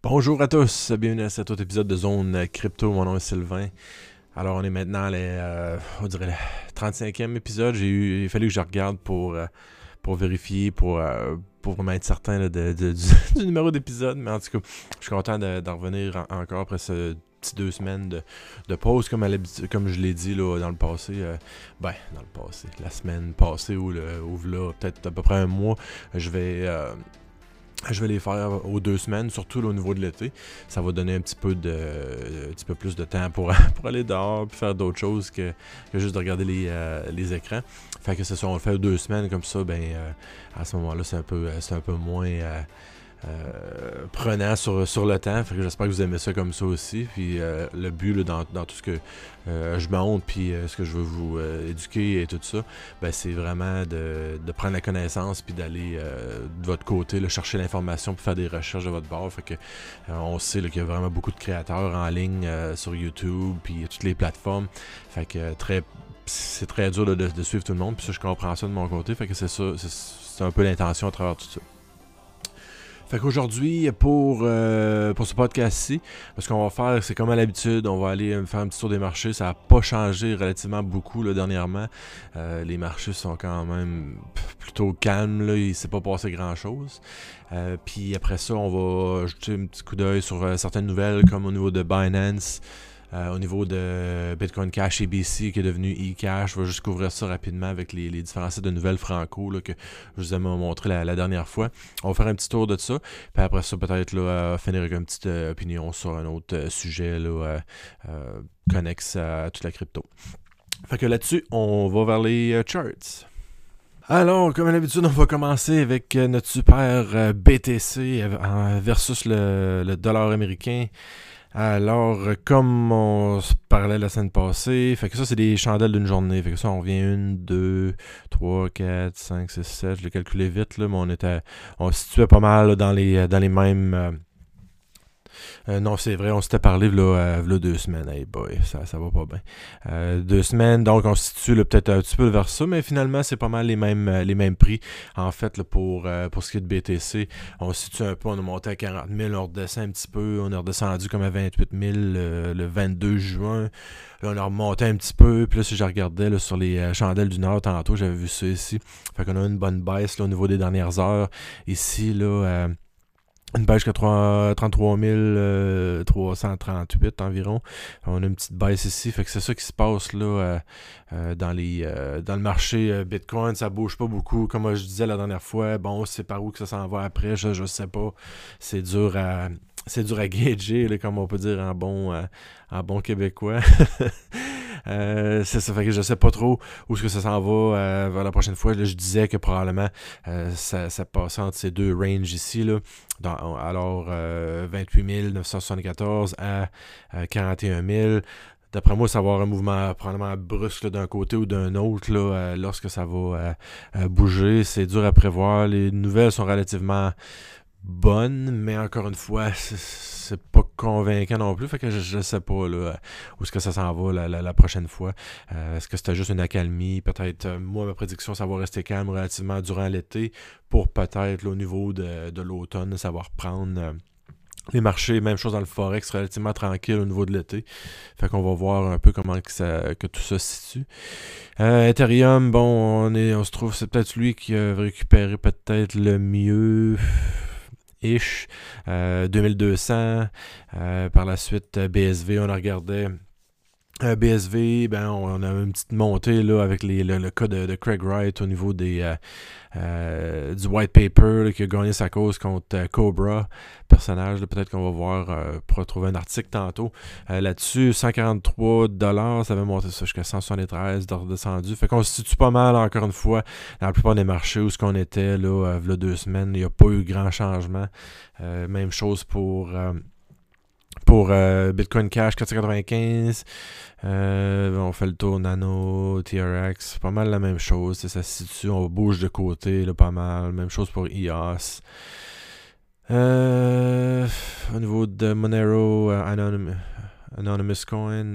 Bonjour à tous, bienvenue à cet autre épisode de Zone Crypto, mon nom est Sylvain. Alors on est maintenant on dirait le 35e épisode, il a fallu que je regarde pour vérifier, pour vraiment être certain là, du numéro d'épisode, mais en tout cas, je suis content d'en revenir encore après ce petit 2 semaines de pause, comme je l'ai dit là, dans le passé, la semaine passée ou là, peut-être à peu près un mois, je vais les faire aux 2 semaines, surtout là, au niveau de l'été. Ça va donner un petit peu plus de temps pour aller dehors et faire d'autres choses que juste de regarder les écrans. Fait que c'est ça, on le fait aux 2 semaines, comme ça, à ce moment-là, c'est un peu moins prenant sur le temps. Fait que j'espère que vous aimez ça comme ça aussi. Puis le but là, dans tout ce que je montre, puis ce que je veux vous éduquer et tout ça, c'est vraiment de prendre la connaissance puis d'aller de votre côté là, chercher l'information puis faire des recherches de votre bord. Fait que on sait là, qu'il y a vraiment beaucoup de créateurs en ligne sur YouTube puis toutes les plateformes. Fait que c'est très dur là, de suivre tout le monde. Puis ça, je comprends ça de mon côté. Fait que c'est ça, c'est un peu l'intention à travers tout ça. Fait qu'aujourd'hui, pour ce podcast-ci, ce qu'on va faire, c'est comme à l'habitude, on va aller faire un petit tour des marchés. Ça n'a pas changé relativement beaucoup là, dernièrement. Les marchés sont quand même plutôt calmes, là, il ne s'est pas passé grand-chose. Puis après ça, on va jeter un petit coup d'œil sur certaines nouvelles, comme au niveau de Binance. Au niveau de Bitcoin Cash ABC qui est devenu eCash, je vais juste couvrir ça rapidement avec les différents sites de nouvelles franco là, que je vous ai montré la dernière fois. On va faire un petit tour de ça, puis après ça peut-être là, finir avec une petite opinion sur un autre sujet là, connexe à toute la crypto. Fait que là-dessus, on va vers les charts. Alors, comme à l'habitude, on va commencer avec notre super BTC versus le dollar américain. Alors, comme on se parlait la semaine passée, fait que ça, c'est des chandelles d'une journée. Fait que ça, on revient 1, 2, 3, 4, 5, 6, 7. Je l'ai calculé vite, là, mais on se situait pas mal là, dans les mêmes... non, c'est vrai, on s'était parlé là 2 semaines. Hey boy, ça va pas bien. 2 semaines, donc on se situe là, peut-être un petit peu vers ça, mais finalement, c'est pas mal les mêmes prix. En fait, là, pour ce qui est de BTC, on se situe un peu, on a monté à 40 000, on redescend un petit peu, on est redescendu comme à 28 000 le 22 juin. Là, on a remonté un petit peu, puis là, si je regardais là, sur les chandelles du Nord tantôt, j'avais vu ça ici. Fait qu'on a une bonne baisse là, au niveau des dernières heures. Ici, là... une baisse jusqu'à 33 338 environ. On a une petite baisse ici. Fait que c'est ça qui se passe là dans le marché Bitcoin. Ça bouge pas beaucoup. Comme je disais la dernière fois, bon, c'est par où que ça s'en va après, je sais pas. C'est dur à gager, là, comme on peut dire en bon québécois. C'est ça, fait que je sais pas trop où est-ce que ça s'en va vers la prochaine fois. Là, je disais que probablement ça passait entre ces deux ranges ici, là. Alors 28 974 à 41 000. D'après moi, ça va avoir un mouvement probablement brusque là, d'un côté ou d'un autre là, lorsque ça va bouger. C'est dur à prévoir. Les nouvelles sont relativement bonnes, mais encore une fois, c'est pas convaincant non plus. Fait que je sais pas là, où est-ce que ça s'en va la prochaine fois. Est-ce que c'était juste une accalmie? Peut-être, moi, ma prédiction, ça va rester calme relativement durant l'été pour peut-être là, au niveau de l'automne, ça va reprendre. Les marchés, même chose dans le Forex, relativement tranquille au niveau de l'été. Fait qu'on va voir un peu comment que tout ça se situe. Ethereum, bon, on se trouve, c'est peut-être lui qui a récupéré peut-être le mieux. 2200. Par la suite, BSV, on a regardé. BSV, on a une petite montée là, avec le cas de Craig Wright au niveau du white paper là, qui a gagné sa cause contre Cobra, personnage. Là, peut-être qu'on va voir pour retrouver un article tantôt. Là-dessus, 143$, ça avait monté ça jusqu'à 173$ redescendu. Fait qu'on se situe pas mal, encore une fois, dans la plupart des marchés où ce qu'on était là, il y a 2 semaines. Il n'y a pas eu grand changement. Même chose pour Bitcoin Cash 495, on fait le tour Nano, TRX, pas mal la même chose, ça se situe, on bouge de côté là, pas mal, même chose pour EOS. Au niveau de Monero, Anonymous Coin,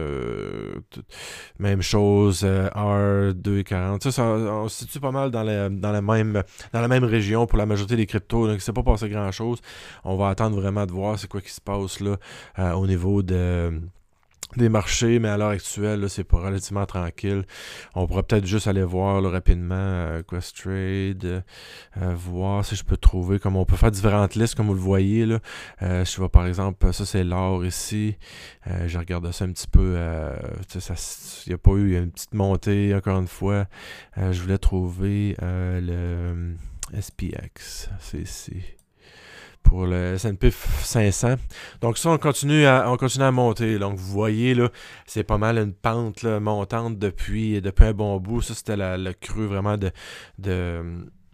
même chose, R240. Ça, on se situe pas mal dans la même région pour la majorité des cryptos. Donc, c'est pas passé grand-chose. On va attendre vraiment de voir c'est quoi qui se passe là au niveau des marchés, mais à l'heure actuelle, là, c'est pas relativement tranquille. On pourrait peut-être juste aller voir là, rapidement Questrade, voir si je peux trouver, comme on peut faire différentes listes, comme vous le voyez. Là. Je vois par exemple, ça c'est l'or ici. Je regarde ça un petit peu. Il n'y a pas eu une petite montée, encore une fois. Je voulais trouver le SPX. C'est ici. Pour le S&P 500. Donc ça, on continue à monter. Donc vous voyez, là, c'est pas mal une pente là, montante depuis un bon bout. Ça, c'était le creux vraiment de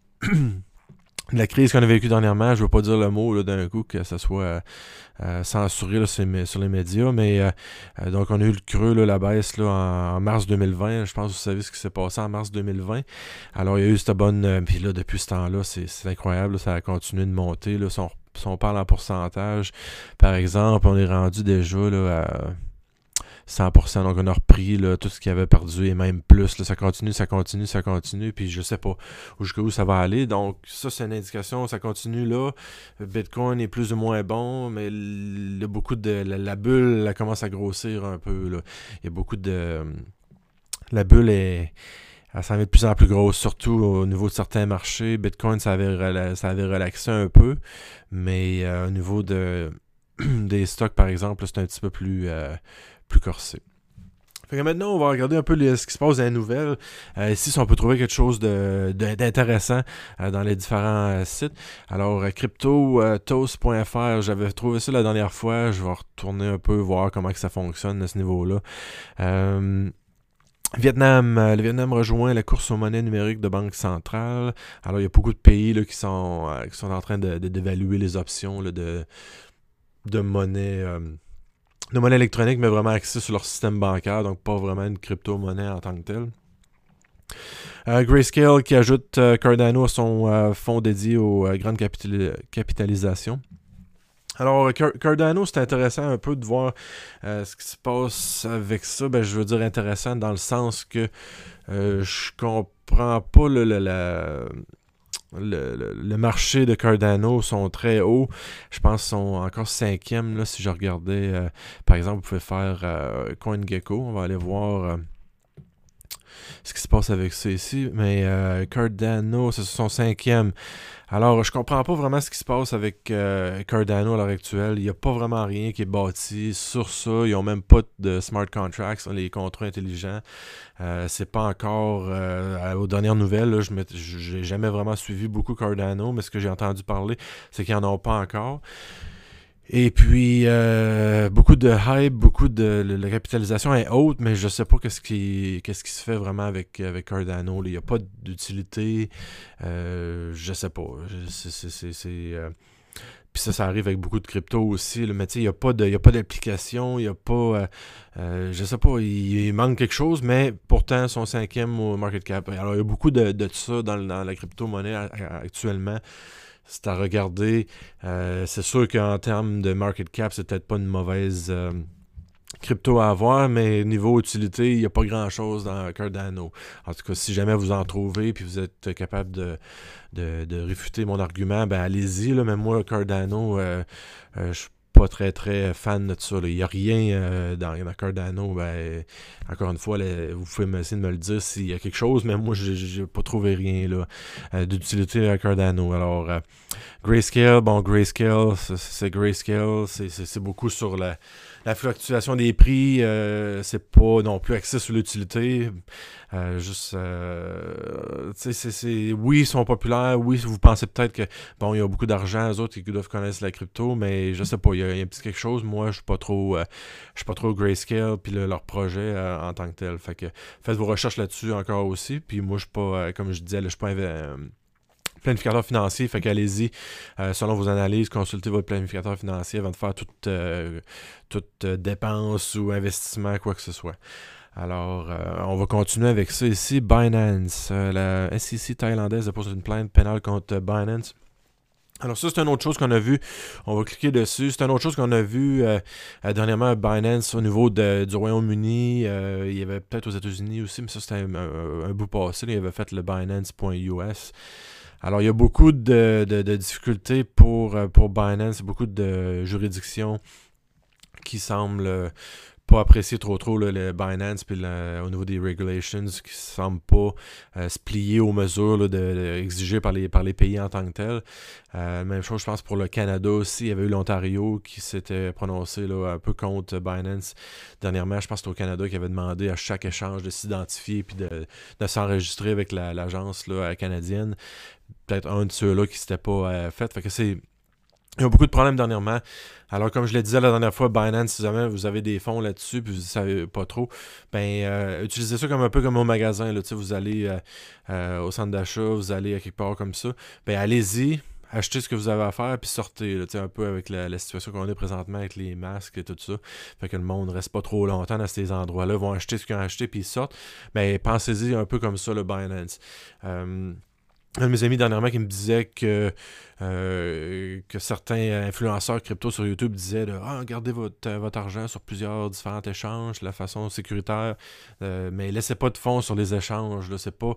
la crise qu'on a vécue dernièrement. Je veux pas dire le mot là, d'un coup, que ça soit censuré là, sur les médias, mais donc on a eu le creux, là, la baisse là, en mars 2020. Je pense que vous savez ce qui s'est passé en mars 2020. Alors il y a eu cette bonne... puis là, depuis ce temps-là, c'est incroyable. Là, ça a continué de monter. Là, si on parle en pourcentage, par exemple, on est rendu déjà là, à 100%. Donc, on a repris là, tout ce qu'il avait perdu et même plus. Là, ça continue. Puis, je sais pas jusqu'où ça va aller. Donc, ça, c'est une indication. Ça continue là. Bitcoin est plus ou moins bon, mais beaucoup de... La bulle, elle commence à grossir un peu. Là. Il y a beaucoup de... La bulle elle s'en va de plus en plus grosse, surtout au niveau de certains marchés. Bitcoin, ça avait relaxé un peu, mais au niveau des stocks, par exemple, c'est un petit peu plus corsé. Fait que maintenant, on va regarder un peu ce qui se passe dans les nouvelles. Ici, si on peut trouver quelque chose d'intéressant dans les différents sites. Alors, cryptotoast.fr, j'avais trouvé ça la dernière fois. Je vais retourner un peu voir comment que ça fonctionne à ce niveau-là. Le Vietnam rejoint la course aux monnaies numériques de Banque centrale. Alors, il y a beaucoup de pays là, qui sont en train d'évaluer les options là, de monnaie électronique, mais vraiment axée sur leur système bancaire, donc pas vraiment une crypto-monnaie en tant que telle. Grayscale qui ajoute Cardano à son fonds dédié aux grandes capitalisations. Alors, Cardano, c'est intéressant un peu de voir ce qui se passe avec ça. Ben, je veux dire intéressant dans le sens que je comprends pas le marché de Cardano sont très hauts. Je pense qu'ils sont encore cinquième. Là, si je regardais, par exemple, vous pouvez faire CoinGecko. On va aller voir ce qui se passe avec ça ici. Mais Cardano, c'est son cinquième. Alors, je comprends pas vraiment ce qui se passe avec Cardano à l'heure actuelle. Il n'y a pas vraiment rien qui est bâti sur ça. Ils n'ont même pas de smart contracts, les contrats intelligents. C'est pas encore... aux dernières nouvelles, je n'ai jamais vraiment suivi beaucoup Cardano, mais ce que j'ai entendu parler, c'est qu'ils n'en ont pas encore. Et puis, beaucoup de hype, la capitalisation est haute, mais je sais pas qu'est-ce qui se fait vraiment avec Cardano. Il n'y a pas d'utilité. Je sais pas. Puis ça arrive avec beaucoup de crypto aussi. Là, mais tu sais, il n'y a pas d'application, il n'y a pas... je sais pas, il manque quelque chose, mais pourtant, son cinquième au market cap. Alors, il y a beaucoup de ça dans la crypto-monnaie actuellement. C'est à regarder. C'est sûr qu'en termes de market cap, c'est peut-être pas une mauvaise crypto à avoir, mais niveau utilité, il n'y a pas grand-chose dans Cardano. En tout cas, si jamais vous en trouvez et vous êtes capable de réfuter mon argument, ben allez-y. Là, même moi, Cardano, je suis pas très très fan de ça. Il n'y a rien dans Cardano. Ben, encore une fois, vous pouvez essayer de me le dire s'il y a quelque chose, mais moi, j'ai pas trouvé rien là, d'utilité à Cardano. Alors, Grayscale, c'est Grayscale, c'est beaucoup sur la fluctuation des prix, c'est pas non plus axé sur l'utilité. Oui, ils sont populaires. Oui, vous pensez peut-être que bon, il y a beaucoup d'argent, les autres qui doivent connaître la crypto, mais je sais pas, il y a un petit quelque chose. Moi, je suis pas trop Grayscale puis leur projet en tant que tel. Fait que faites vos recherches là-dessus encore aussi. Puis moi, je suis pas, comme je disais, je suis pas planificateur financier, fait qu'allez-y, selon vos analyses, consultez votre planificateur financier avant de faire toute dépense ou investissement, quoi que ce soit. Alors, on va continuer avec ça ici. Binance, la SEC thaïlandaise a posé une plainte pénale contre Binance Alors ça, c'est une autre chose qu'on a vu. On va cliquer dessus. C'est une autre chose qu'on a vu dernièrement à Binance au niveau du Royaume-Uni. Il y avait peut-être aux États-Unis aussi, mais ça, c'était un bout passé. Là, il avait fait le Binance.us. Alors, il y a beaucoup de difficultés pour Binance, beaucoup de juridictions qui semblent pas apprécier trop là, le Binance puis au niveau des regulations qui semblent pas se plier aux mesures là, exigées par les pays en tant que tels. Même chose, je pense, pour le Canada aussi. Il y avait eu l'Ontario qui s'était prononcé là, un peu contre Binance dernièrement. Je pense que c'était au Canada qui avait demandé à chaque échange de s'identifier puis de s'enregistrer avec l'agence là, canadienne. Peut-être un de ceux-là qui ne s'était pas fait. Fait que c'est... Il y a beaucoup de problèmes dernièrement. Alors, comme je le disais la dernière fois, Binance, si jamais vous avez des fonds là-dessus puis vous ne savez pas trop, ben utilisez ça comme un peu comme au magasin. Là, vous allez au centre d'achat, vous allez à quelque part comme ça. Ben allez-y, achetez ce que vous avez à faire puis sortez. Là, un peu avec la situation qu'on a présentement avec les masques et tout ça. Fait que le monde ne reste pas trop longtemps dans ces endroits-là. Ils vont acheter ce qu'ils ont acheté puis ils sortent. Ben pensez-y un peu comme ça, le Binance. Un de mes amis dernièrement qui me disait que certains influenceurs crypto sur YouTube disaient gardez votre argent sur plusieurs différents échanges de la façon sécuritaire, mais laissez pas de fonds sur les échanges. Là, c'est pas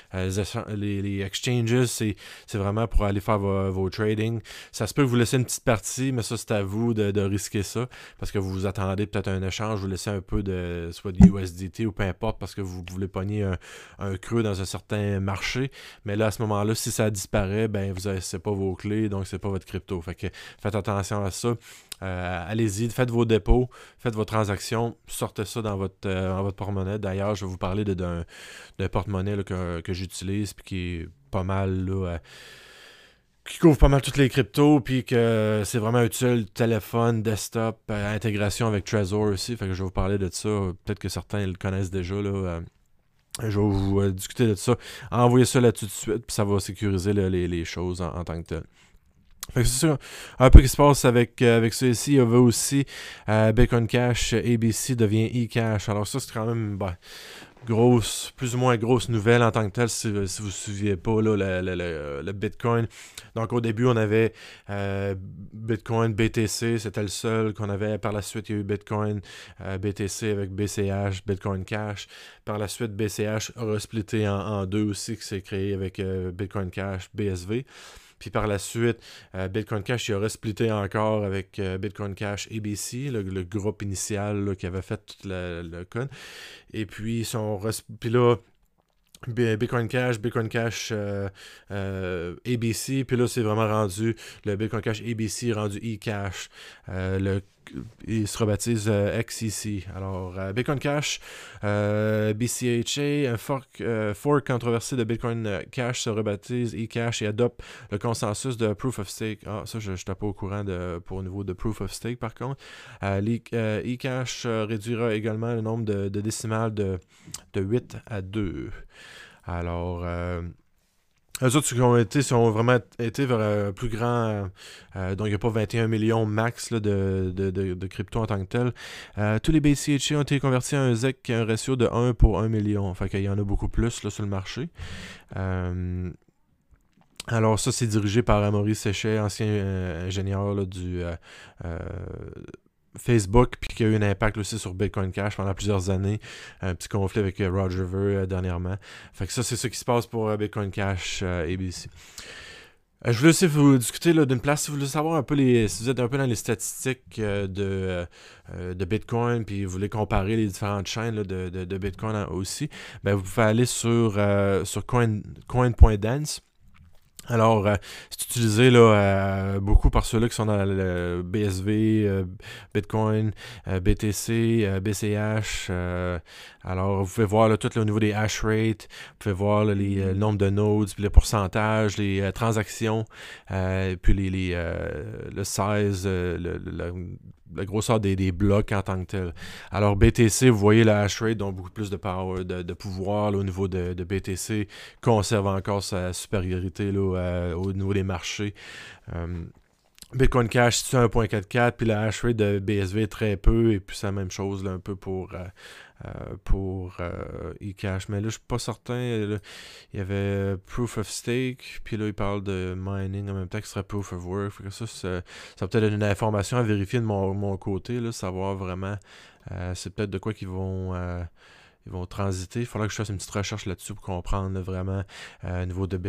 les exchanges, c'est vraiment pour aller faire vos trading. Ça se peut que vous laissez une petite partie, mais ça c'est à vous de risquer ça parce que vous vous attendez peut-être à un échange, vous laissez un peu de soit de USDT ou peu importe parce que vous voulez pogner un creux dans un certain marché, mais là à ce moment-là, si ça disparaît, ben c'est pas vos clés, donc c'est pas votre crypto. Fait que faites attention à ça. Allez-y, faites vos dépôts, faites vos transactions, sortez ça dans votre porte-monnaie. D'ailleurs, je vais vous parler d'un porte-monnaie là, que j'utilise puis qui est pas mal là, qui couvre pas mal toutes les cryptos, puis que c'est vraiment utile, téléphone, desktop, intégration avec Trezor aussi. Fait que je vais vous parler de ça. Peut-être que certains le connaissent déjà là. Je vais vous discuter de ça. Envoyez ça là tout de suite, puis ça va sécuriser là, les choses en tant que tel. Fait que c'est ça un peu qui se passe avec ça ici. Il y avait aussi Bitcoin Cash, ABC devient eCash. Alors ça, c'est quand même plus ou moins grosse nouvelle en tant que telle si vous ne vous souviez pas là, le Bitcoin. Donc au début on avait Bitcoin BTC, c'était le seul qu'on avait. Par la suite il y a eu Bitcoin BTC avec BCH, Bitcoin Cash. Par la suite BCH a resplitté en deux aussi, qui s'est créé avec Bitcoin Cash BSV. Puis par la suite, Bitcoin Cash, il a resplitté encore avec Bitcoin Cash ABC, le groupe initial là, qui avait fait tout le code. Et puis, puis là, Bitcoin Cash ABC, puis là c'est vraiment rendu, le Bitcoin Cash ABC est rendu eCash, il se rebaptise XCC. Alors Bitcoin Cash, BCHA, un fork controversé de Bitcoin Cash se rebaptise eCash et adopte le consensus de Proof of Stake. Ah, ça je n'étais pas au courant pour au niveau de Proof of Stake par contre. eCash réduira également le nombre de décimales de 8 à 2. Alors, eux autres qui ont vraiment été vers un plus grand, donc il n'y a pas 21 millions max là, de crypto en tant que tel. Tous les BCH ont été convertis à un ZEC qui a un ratio de 1 pour 1 million. Fait qu'il y en a beaucoup plus là, sur le marché. Alors ça, c'est dirigé par Maurice Séchet, ancien ingénieur là, du Facebook, puis qui a eu un impact aussi sur Bitcoin Cash pendant plusieurs années. Un petit conflit avec Roger Ver dernièrement. Fait que ça, c'est ce qui se passe pour Bitcoin Cash ABC. Je voulais aussi vous discuter d'une place, si vous voulez savoir un peu si vous êtes un peu dans les statistiques de Bitcoin, puis vous voulez comparer les différentes chaînes là, de Bitcoin aussi, ben vous pouvez aller sur coin.dance. Alors, c'est utilisé là, beaucoup par ceux-là qui sont dans le BSV, Bitcoin, BTC, BCH. Alors, vous pouvez voir là, tout là, au niveau des hash rates, vous pouvez voir là, le nombre de nodes, puis le pourcentage, les transactions, puis le size, la grosseur des blocs en tant que tel. Alors, BTC, vous voyez le hash rate, donc beaucoup plus de power, de pouvoir là, au niveau de BTC, conserve encore sa supériorité là, au niveau des marchés. Bitcoin Cash situé à 1.44, puis le hash rate de BSV très peu, et puis c'est la même chose là, un peu pour eCash. Mais là, je suis pas certain. Là, il y avait Proof of Stake, puis là, il parle de mining en même temps qui serait Proof of Work. Fait que ça va peut-être être une information à vérifier de mon côté, là, savoir vraiment. C'est peut-être de quoi ils vont transiter. Il faudra que je fasse une petite recherche là-dessus pour comprendre là, vraiment au niveau de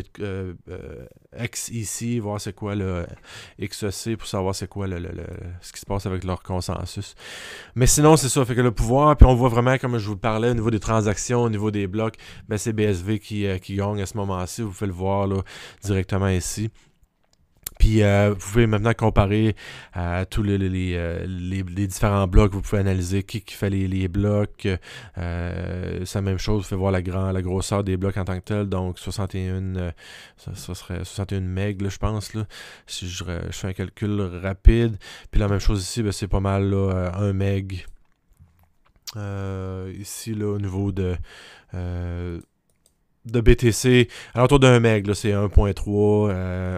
XEC, voir c'est quoi le XEC pour savoir c'est quoi ce qui se passe avec leur consensus. Mais sinon, c'est ça. Fait que le pouvoir, puis on voit vraiment, comme je vous le parlais, au niveau des transactions, au niveau des blocs, ben c'est BSV qui gagne à ce moment-ci. Vous pouvez le voir là, directement ici. Puis vous pouvez maintenant comparer tous les différents blocs. Vous pouvez analyser qui fait les blocs. C'est la même chose. Vous pouvez voir la grosseur des blocs en tant que tel. Donc 61, ça serait 61 MB, là, je pense. Là, si je fais un calcul rapide. Puis la même chose ici, ben, c'est pas mal là, 1 MB. Ici, là, au niveau de BTC, à l'entour d'un meg, là, c'est 1.3,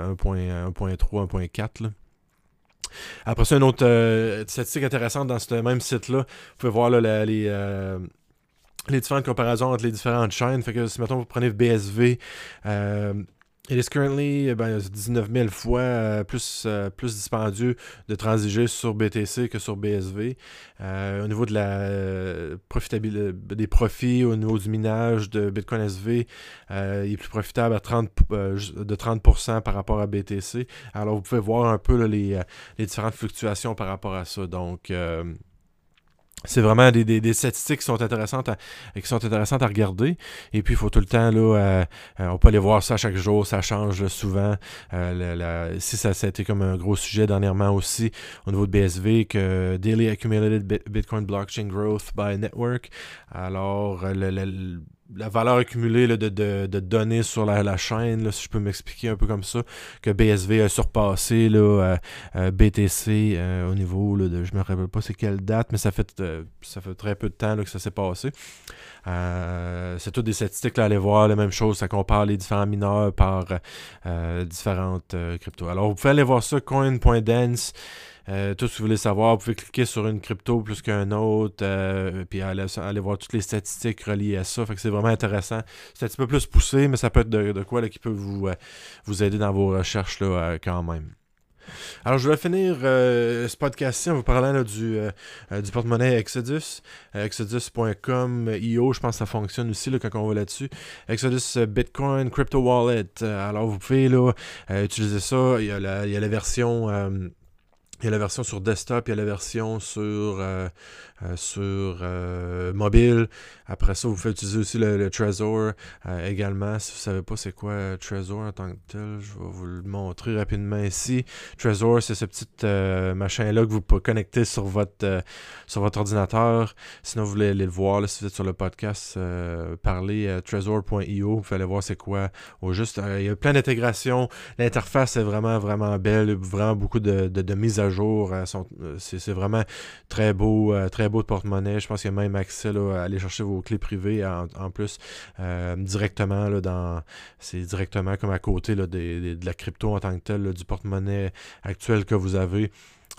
1.4. Là. Après ça, une autre statistique intéressante dans ce même site-là, vous pouvez voir là, les différentes comparaisons entre les différentes chaînes. Fait que si, mettons, vous prenez BSV, it is currently 19 000 fois plus dispendieux de transiger sur BTC que sur BSV. Au niveau de la profitabilité des profits, au niveau du minage de Bitcoin SV, il est plus profitable à de 30% par rapport à BTC. Alors vous pouvez voir un peu là, les différentes fluctuations par rapport à ça. Donc c'est vraiment des statistiques qui sont intéressantes à regarder. Et puis, il faut tout le temps, là, on peut aller voir ça chaque jour, ça change là, souvent. Ici, ça a été comme un gros sujet dernièrement aussi au niveau de BSV, que Daily Accumulated Bitcoin Blockchain Growth by Network. Alors, la valeur accumulée là, de données sur la chaîne, là, si je peux m'expliquer un peu comme ça, que BSV a surpassé là, BTC au niveau là, de, je me rappelle pas c'est quelle date, mais ça fait très peu de temps là, que ça s'est passé. C'est toutes des statistiques là, à aller voir, la même chose, ça compare les différents mineurs par différentes cryptos. Alors vous pouvez aller voir ça, coin.dance. Tout ce que vous voulez savoir, vous pouvez cliquer sur une crypto plus qu'un autre, puis aller voir toutes les statistiques reliées à ça. Fait que c'est vraiment intéressant. C'est un petit peu plus poussé, mais ça peut être de quoi là, qui peut vous aider dans vos recherches là, quand même. Alors, je vais finir ce podcast-ci en vous parlant là, du porte-monnaie Exodus. Exodus.com, IO, je pense que ça fonctionne aussi là, quand on va là-dessus. Exodus Bitcoin Crypto Wallet. Alors, vous pouvez là, utiliser ça. Il y a la version... il y a la version sur desktop, il y a la version sur mobile. Après ça, vous pouvez utiliser aussi le Trezor également. Si vous ne savez pas c'est quoi Trezor en tant que tel, je vais vous le montrer rapidement ici. Trezor, c'est ce petit machin-là que vous pouvez connecter sur votre ordinateur. Sinon, vous voulez aller le voir là, si vous êtes sur le podcast, parler Trezor.io. Vous pouvez aller voir c'est quoi. Au juste, il y a plein d'intégrations. L'interface est vraiment, vraiment belle. Vraiment beaucoup de mises à jour. C'est vraiment très beau de porte-monnaie. Je pense qu'il y a même accès là, à aller chercher vos clés privées en plus directement là, c'est directement comme à côté là, de la crypto en tant que tel, là, du porte-monnaie actuel que vous avez.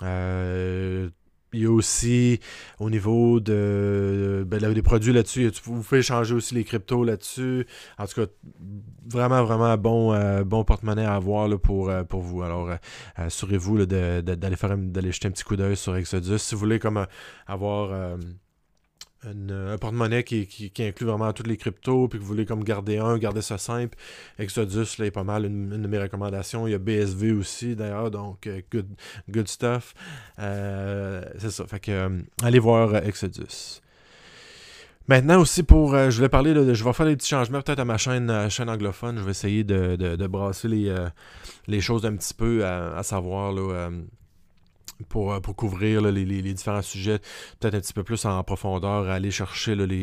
Il y a aussi au niveau des produits là-dessus, vous pouvez changer aussi les cryptos là-dessus. En tout cas, vraiment, vraiment bon porte-monnaie à avoir là, pour vous. Alors, assurez-vous là, d'aller jeter un petit coup d'œil sur Exodus. Si vous voulez comme avoir un porte-monnaie qui inclut vraiment toutes les cryptos, puis que vous voulez comme garder ça simple, Exodus là, est pas mal une de mes recommandations. Il y a BSV aussi d'ailleurs, donc good stuff. C'est ça, fait que allez voir Exodus. Maintenant aussi je voulais parler, je vais faire des petits changements peut-être à ma chaîne anglophone. Je vais essayer de brasser les choses un petit peu à savoir là, pour couvrir là, les différents sujets, peut-être un petit peu plus en profondeur, aller chercher là,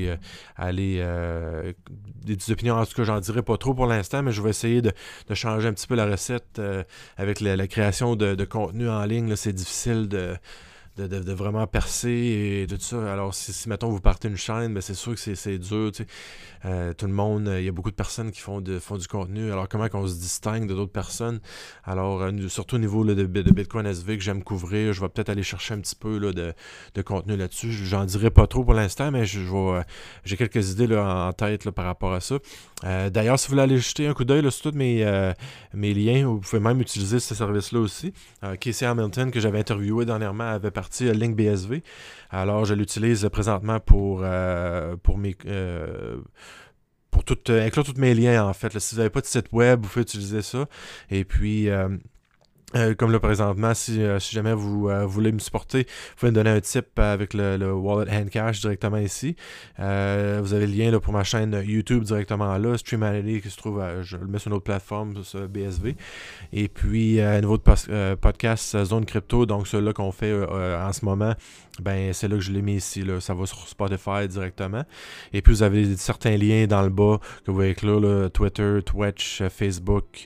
des opinions. En tout cas, j'en dirai pas trop pour l'instant, mais je vais essayer de changer un petit peu la recette avec la création de contenu en ligne. Là, c'est difficile de de vraiment percer et tout ça. Alors, si mettons, vous partez une chaîne, ben, c'est sûr que c'est dur, tu sais. Tout le monde, il y a beaucoup de personnes qui font du contenu. Alors, comment qu'on se distingue de d'autres personnes? Alors, surtout au niveau là, de Bitcoin SV que j'aime couvrir, je vais peut-être aller chercher un petit peu là, de contenu là-dessus. J'en dirai pas trop pour l'instant, mais j'ai quelques idées là, en tête là, par rapport à ça. D'ailleurs, si vous voulez aller jeter un coup d'œil là, sur tous mes liens, vous pouvez même utiliser ce service-là aussi. Casey Hamilton, que j'avais interviewé dernièrement, avait parti Link BSV. Alors, je l'utilise présentement pour inclure tous mes liens, en fait. Là, si vous n'avez pas de site web, vous pouvez utiliser ça. Et puis, comme là présentement, si jamais vous voulez me supporter, vous pouvez me donner un tip avec le Wallet Handcash directement ici. Vous avez le lien là, pour ma chaîne YouTube directement là, Streamanity qui se trouve, je le mets sur une autre plateforme, sur BSV. Et puis, niveau de podcast Zone Crypto, donc celui-là qu'on fait en ce moment, ben c'est là que je l'ai mis ici, là. Ça va sur Spotify directement. Et puis vous avez certains liens dans le bas que vous voyez là, Twitter, Twitch, Facebook,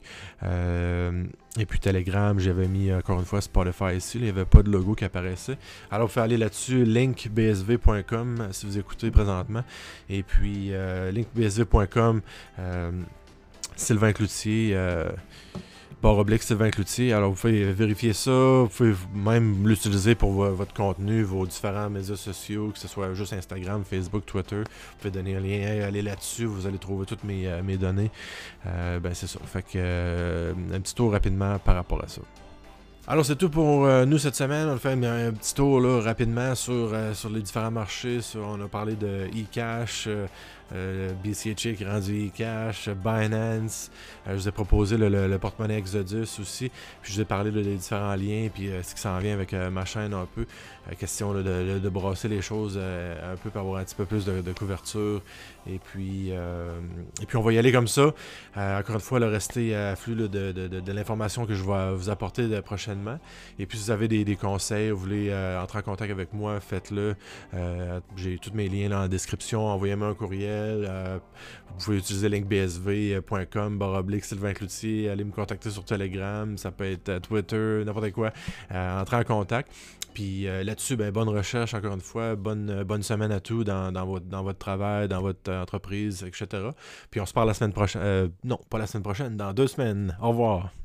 et puis Telegram. J'avais mis encore une fois Spotify ici, là. Il n'y avait pas de logo qui apparaissait. Alors vous pouvez aller là-dessus, linkbsv.com si vous écoutez présentement. Et puis linkbsv.com, Sylvain Cloutier, / Sylvain Cloutier. Alors, vous pouvez vérifier ça. Vous pouvez même l'utiliser pour votre contenu, vos différents médias sociaux, que ce soit juste Instagram, Facebook, Twitter. Vous pouvez donner un lien, allez là-dessus, vous allez trouver toutes mes données. Ben, c'est ça. Fait que, un petit tour rapidement par rapport à ça. Alors, c'est tout pour nous cette semaine. On a fait un petit tour là, rapidement sur les différents marchés. On a parlé de eCash, BCHA qui est rendu eCash, Binance. Je vous ai proposé le porte-monnaie Exodus aussi. Puis je vous ai parlé des différents liens puis ce qui s'en vient avec ma chaîne un peu. Question là, de brasser les choses un peu pour avoir un petit peu plus de couverture. Et puis on va y aller comme ça. Encore une fois, restez à flux là, de l'information que je vais vous apporter prochainement. Et puis si vous avez des conseils, vous voulez entrer en contact avec moi, faites-le. J'ai tous mes liens là, en description. Envoyez-moi un courriel. Vous pouvez utiliser linkbsv.com / Sylvain Cloutier. Allez me contacter sur Telegram. Ça peut être Twitter, n'importe quoi. Entrez en contact. Puis là-dessus, ben, bonne recherche, encore une fois. Bonne semaine à tous dans votre travail, dans votre entreprise, etc. Puis on se parle la semaine prochaine. Non, pas la semaine prochaine, dans 2 semaines. Au revoir.